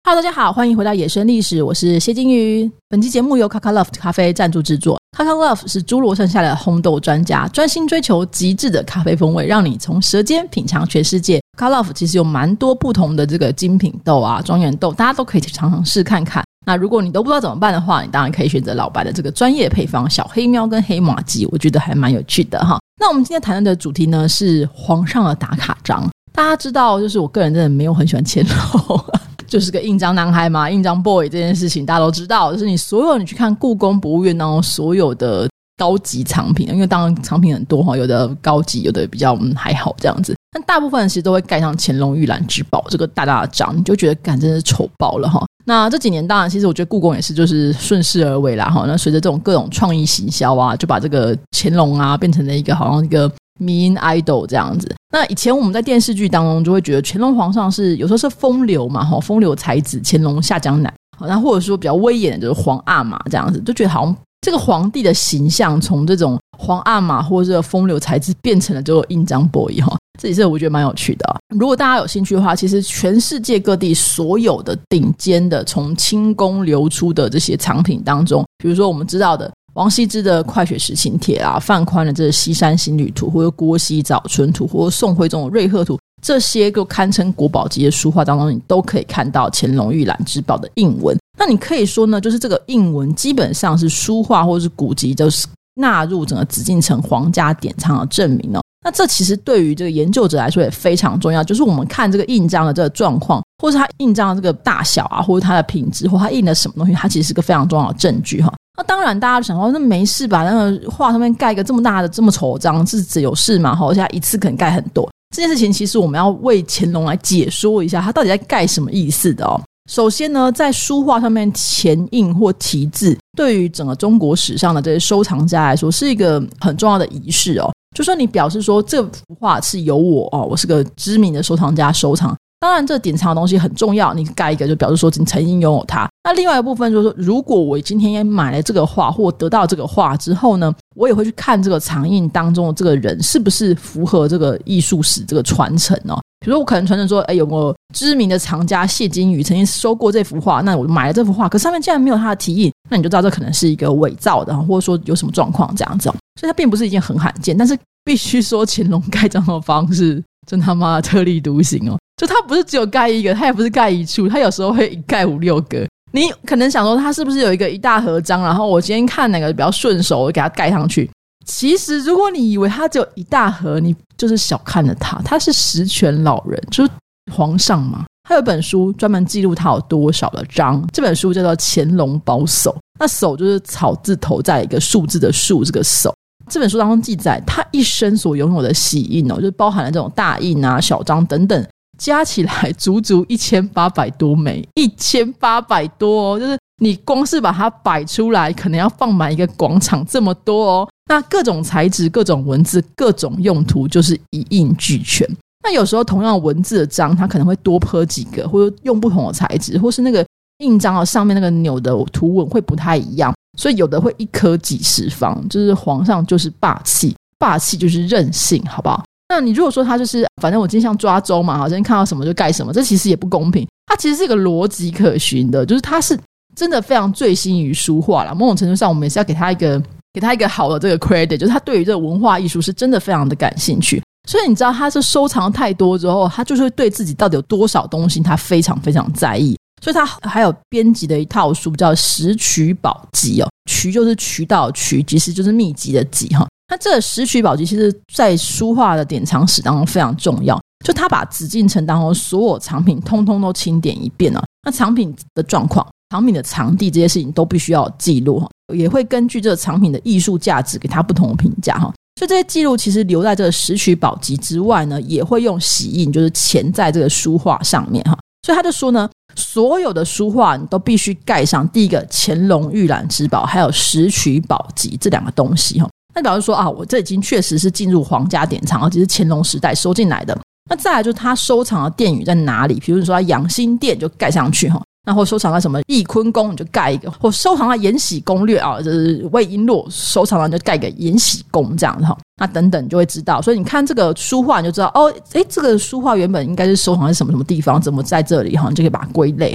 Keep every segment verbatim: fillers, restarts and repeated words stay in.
Hello， 大家好，欢迎回到野生历史，我是谢金鱼。本期节目由 Kakalove 咖啡赞助制作。Kakalove 是诸罗山下的烘豆专家，专心追求极致的咖啡风味，让你从舌尖品尝全世界。Kakalove 其实有蛮多不同的这个精品豆啊、庄园豆，大家都可以尝尝试看看。那如果你都不知道怎么办的话，你当然可以选择老白的这个专业配方小黑喵跟黑麻鸡，我觉得还蛮有趣的哈。那我们今天谈论的主题呢是皇上的打卡章。大家知道，就是我个人真的没有很喜欢乾隆就是个印章男孩嘛，印章 boy 这件事情大家都知道，就是你所有你去看故宫博物院当中所有的高级藏品，因为当然藏品很多，有的高级有的比较、嗯、还好这样子，但大部分其实都会盖上乾隆御览之宝这个大大的章，你就觉得干真的是丑爆了哈。那这几年当然其实我觉得故宫也是就是顺势而为啦哈。那随着这种各种创意行销啊，就把这个乾隆啊变成了一个好像一个迷因 idol 这样子。那以前我们在电视剧当中就会觉得乾隆皇上是有时候是风流嘛，风流才子乾隆下江南，那或者说比较威严的就是皇阿玛这样子，就觉得好像这个皇帝的形象从这种皇阿玛或者风流才子变成了这个印章 boy 这也是我觉得蛮有趣的、啊、如果大家有兴趣的话，其实全世界各地所有的顶尖的从清宫流出的这些藏品当中，比如说我们知道的王羲之的快雪时晴帖啊，范宽的这个西山行旅图，或者郭熙早春图，或者宋徽宗的瑞鹤图，这些都堪称国宝级的书画当中，你都可以看到乾隆御览之宝的印文。那你可以说呢，就是这个印文基本上是书画或是古籍就是纳入整个紫禁城皇家典藏的证明哦。那这其实对于这个研究者来说也非常重要，就是我们看这个印章的这个状况，或是它印章的这个大小啊，或者它的品质，或它印了什么东西，它其实是个非常重要的证据哈。那当然大家想说那没事吧，那个画上面盖一个这么大的这么丑的章是只有事嘛，而且它一次可能盖很多，这件事情其实我们要为乾隆来解说一下他到底在盖什么意思的哦。首先呢，在书画上面前印或题字，对于整个中国史上的这些收藏家来说是一个很重要的仪式哦，就说你表示说这幅画是由我哦，我是个知名的收藏家收藏，当然这典藏的东西很重要，你盖一个就表示说你曾经拥有它。那另外一个部分就是说，如果我今天也买了这个画或得到这个画之后呢，我也会去看这个藏印当中的这个人是不是符合这个艺术史这个传承哦。比如说我可能传承说，哎，有没有知名的藏家谢金鱼曾经收过这幅画，那我买了这幅画，可上面竟然没有他的题印，那你就知道这可能是一个伪造的，或者说有什么状况这样子哦。所以它并不是一件很罕见，但是必须说乾隆盖章的方式真他妈的特立独行哦。就他不是只有盖一个，他也不是盖一处，他有时候会一盖五六个。你可能想说他是不是有一个一大盒章，然后我今天看哪个比较顺手我给他盖上去。其实如果你以为他只有一大盒，你就是小看了他，他是十全老人，就是皇上嘛。他有一本书专门记录他有多少的章，这本书叫做《乾隆宝叟》，那叟就是草字头在一个数字的数，这个叟。这本书当中记载他一生所拥有的玺印哦，就是包含了这种大印啊、小章等等，加起来足足一千八百多枚，一千八百多哦，就是你光是把它摆出来可能要放满一个广场这么多哦。那各种材质、各种文字、各种用途就是一应俱全。那有时候同样文字的章它可能会多泼几个，或者用不同的材质，或是那个印章的上面那个钮的图文会不太一样，所以有的会一颗几十方，就是皇上就是霸气，霸气就是任性，好不好？那你如果说他就是反正我今天像抓周嘛，好像看到什么就盖什么，这其实也不公平。它其实是一个逻辑可循的，就是它是真的非常醉心于书画啦，某种程度上我们也是要给他一个给他一个好的这个 credit， 就是他对于这个文化艺术是真的非常的感兴趣。所以你知道他是收藏太多之后，他就是会对自己到底有多少东西他非常非常在意，所以他还有编辑的一套书叫《拾取宝集》哦，渠就是渠道渠，其实就是秘籍的集哈。那这个拾取宝集其实在书画的典藏史当中非常重要，就他把紫禁城当中所有藏品通通都清点一遍了、啊。那藏品的状况、藏品的藏地这些事情都必须要记录，也会根据这个藏品的艺术价值给他不同的评价。所以这些记录其实留在这个拾取宝集之外呢，也会用玺印就是钳在这个书画上面。所以他就说呢，所有的书画你都必须盖上第一个乾隆御览之宝还有拾取宝集这两个东西。那表示说啊，我这已经确实是进入皇家典藏，而且是乾隆时代收进来的。那再来就是他收藏的殿宇在哪里，比如说他养心殿就盖上去，那或收藏在什么翊坤宫你就盖一个，或收藏在延禧攻略啊，就是魏璎珞收藏了就盖个延禧宫这样哈，那等等你就会知道。所以你看这个书画你就知道哦，诶这个书画原本应该是收藏在什么什么地方，怎么在这里哈，你就可以把它归类哈。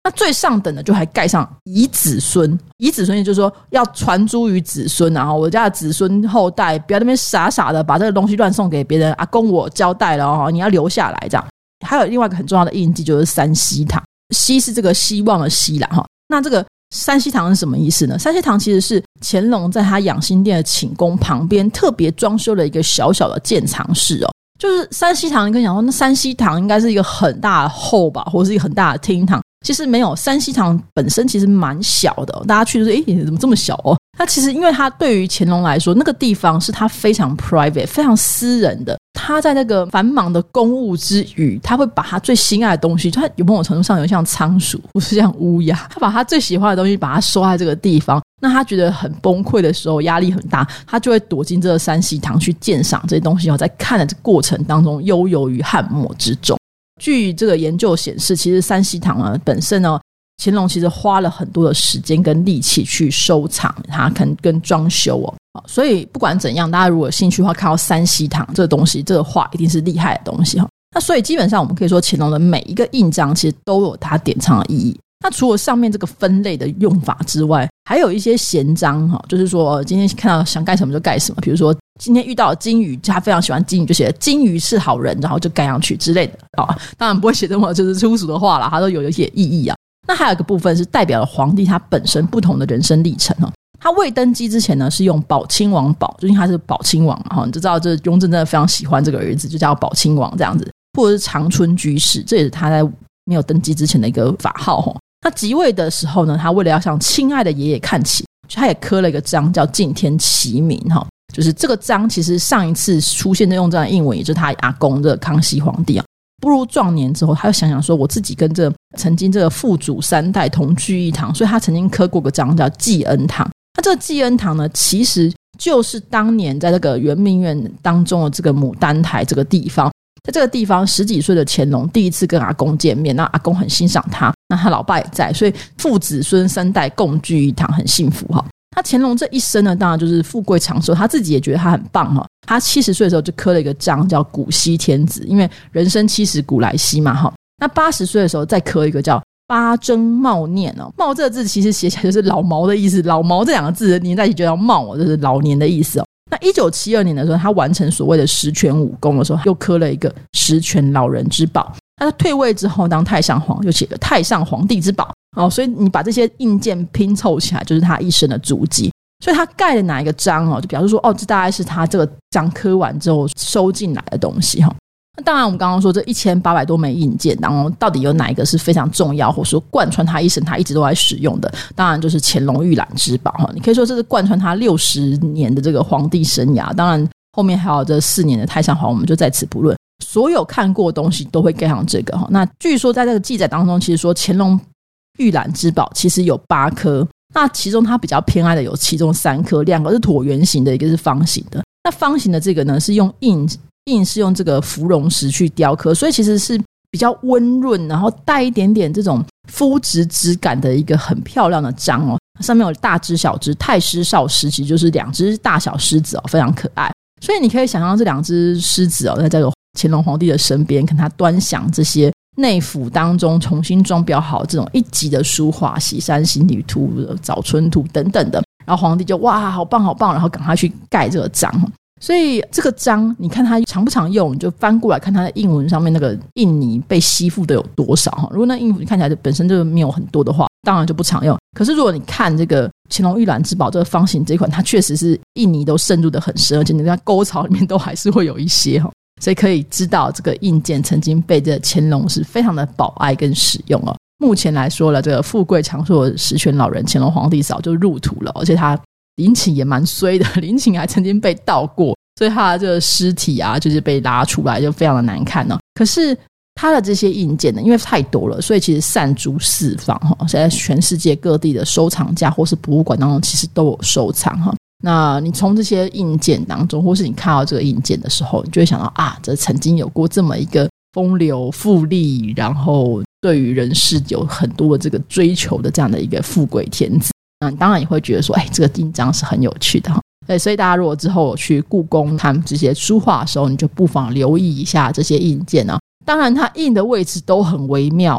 那最上等的就还盖上遗子孙，遗子孙也就是说要传诸于子孙，然后我家的子孙后代不要那边傻傻的把这个东西乱送给别人，阿公我交代了哦，你要留下来这样。还有另外一个很重要的印记就是三希堂，希是这个希望的希啦，那这个三希堂是什么意思呢？三希堂其实是乾隆在他养心殿的寝宫旁边特别装修了一个小小的鉴藏室哦。就是三希堂，你跟你讲说那三希堂应该是一个很大的后吧，或者是一个很大的厅堂，其实没有，三希堂本身其实蛮小的、哦、大家去就是诶怎么这么小哦？那其实因为他对于乾隆来说，那个地方是他非常 private 非常私人的，他在那个繁忙的公务之余，他会把他最心爱的东西，他有某种程度上有像仓鼠不是像乌鸦，他把他最喜欢的东西把它收在这个地方，那他觉得很崩溃的时候，压力很大，他就会躲进这个三希堂去鉴赏这些东西，在看的这个过程当中悠游于翰墨之中。据这个研究显示，其实三希堂呢本身呢，乾隆其实花了很多的时间跟力气去收藏它跟跟装修哦，所以不管怎样，大家如果有兴趣的话，看到三希堂这个东西，这个画一定是厉害的东西哈。那所以基本上我们可以说，乾隆的每一个印章其实都有它典藏的意义。那除了上面这个分类的用法之外，还有一些闲章哈，就是说今天看到想盖什么就盖什么，比如说今天遇到了金鱼，他非常喜欢金鱼，就写金鱼是好人，然后就盖上去之类的啊。当然不会写这么就是粗俗的话啦，它都有一些意义啊。那还有一个部分是代表了皇帝他本身不同的人生历程哦。他未登基之前呢，是用宝亲王宝，最近他是宝亲王嘛，你就知道这雍正真的非常喜欢这个儿子，就叫宝亲王这样子，或者是长春居士，这也是他在没有登基之前的一个法号哦。他即位的时候呢，他为了要向亲爱的爷爷看齐，他也刻了一个章叫敬天齐民哈，就是这个章其实上一次出现的用这样的印文，也就是他阿公这个康熙皇帝啊。步入壮年之后，他就想想说，我自己跟这曾经这个父祖三代同居一堂，所以他曾经刻过个章叫济恩堂。那这个济恩堂呢，其实就是当年在这个圆明园当中的这个牡丹台这个地方，在这个地方十几岁的乾隆第一次跟阿公见面，那阿公很欣赏他，那他老爸也在，所以父子孙三代共聚一堂，很幸福哈。那乾隆这一生呢，当然就是富贵长寿，他自己也觉得他很棒哈。他七十岁的时候就刻了一个章叫古稀天子，因为人生七十古来稀嘛哈。那八十岁的时候再刻一个叫八征茂念哦，茂这个字其实写起来就是老毛的意思，老毛这两个字连在一起就叫茂哦，就是老年的意思哦。那一九七二年的时候，他完成所谓的十全武功的时候，又刻了一个十全老人之宝。他退位之后当太上皇，又写了太上皇帝之宝哦，所以你把这些印件拼凑起来，就是他一生的足迹。所以他盖了哪一个章哦，就表示说哦，这大概是他这个章刻完之后收进来的东西哈。那当然我们刚刚说这一千八百多枚印件，然后到底有哪一个是非常重要，或者说贯穿他一生他一直都在使用的，当然就是乾隆御览之宝哈。你可以说这是贯穿他六十年的这个皇帝生涯，当然后面还有这四年的太上皇，我们就在此不论。所有看过的东西都会盖上这个哈。那据说在这个记载当中，其实说乾隆御览之宝其实有八颗，那其中他比较偏爱的有其中三颗，两个是椭圆形的，一个是方形的。那方形的这个呢是用印印是用这个芙蓉石去雕刻，所以其实是比较温润，然后带一点点这种肤质质感的一个很漂亮的章哦。上面有大只小只，太师少师其实就是两只大小狮子哦，非常可爱。所以你可以想象这两只狮子哦，在这个乾隆皇帝的身边，跟他端详这些内府当中重新装裱好这种一级的书画，喜山行旅图、早春图等等的，然后皇帝就哇好棒好棒，然后赶快去盖这个章。所以这个章你看它常不常用，你就翻过来看它的印文上面那个印泥被吸附的有多少。如果那印符看起来本身就没有很多的话，当然就不常用。可是如果你看这个乾隆御览之宝这个方形这一款，它确实是印泥都渗入的很深，而且你在沟槽里面都还是会有一些，所以可以知道这个印件曾经被这乾隆是非常的保爱跟使用哦。目前来说了，这个富贵长寿的十全老人乾隆皇帝早就入土了，而且他陵寝也蛮衰的，陵寝还曾经被盗过，所以他的这个尸体啊就是被拉出来就非常的难看哦。可是他的这些印件呢，因为太多了，所以其实散诸四方哈，现在全世界各地的收藏家或是博物馆当中其实都有收藏哈。那你从这些印件当中，或是你看到这个印件的时候，你就会想到啊，这曾经有过这么一个风流富丽，然后对于人世有很多的这个追求的这样的一个富贵天子。那你当然也会觉得说，哎，这个印章是很有趣的哈。对，所以大家如果之后去故宫看这些书画的时候，你就不妨留意一下这些印件啊。当然它印的位置都很微妙，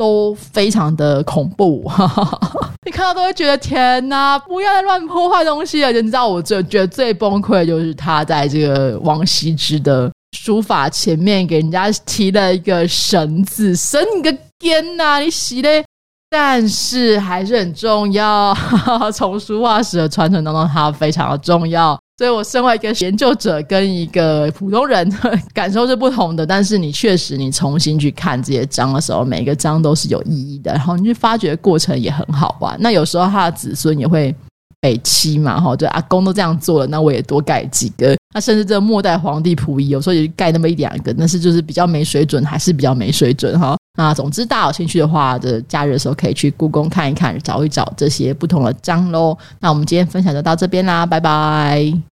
都非常的恐怖你看到都会觉得天哪，不要再乱破坏东西了。你知道我最觉得最崩溃的就是他在这个王羲之的书法前面给人家提了一个绳子，绳你个天哪，你洗嘞！但是还是很重要从书画史的传承当中它非常的重要，所以我身为一个研究者跟一个普通人感受是不同的。但是你确实你重新去看这些章的时候，每个章都是有意义的，然后你去发掘过程也很好玩。那有时候他的子孙也会北七嘛，就阿公都这样做了，那我也多盖几个。那甚至这末代皇帝溥仪有时候也盖那么一两个，但是就是比较没水准，还是比较没水准哈。那总之大家有兴趣的话的假日的时候可以去故宫看一看，找一找这些不同的章咯。那我们今天分享就到这边啦，拜拜。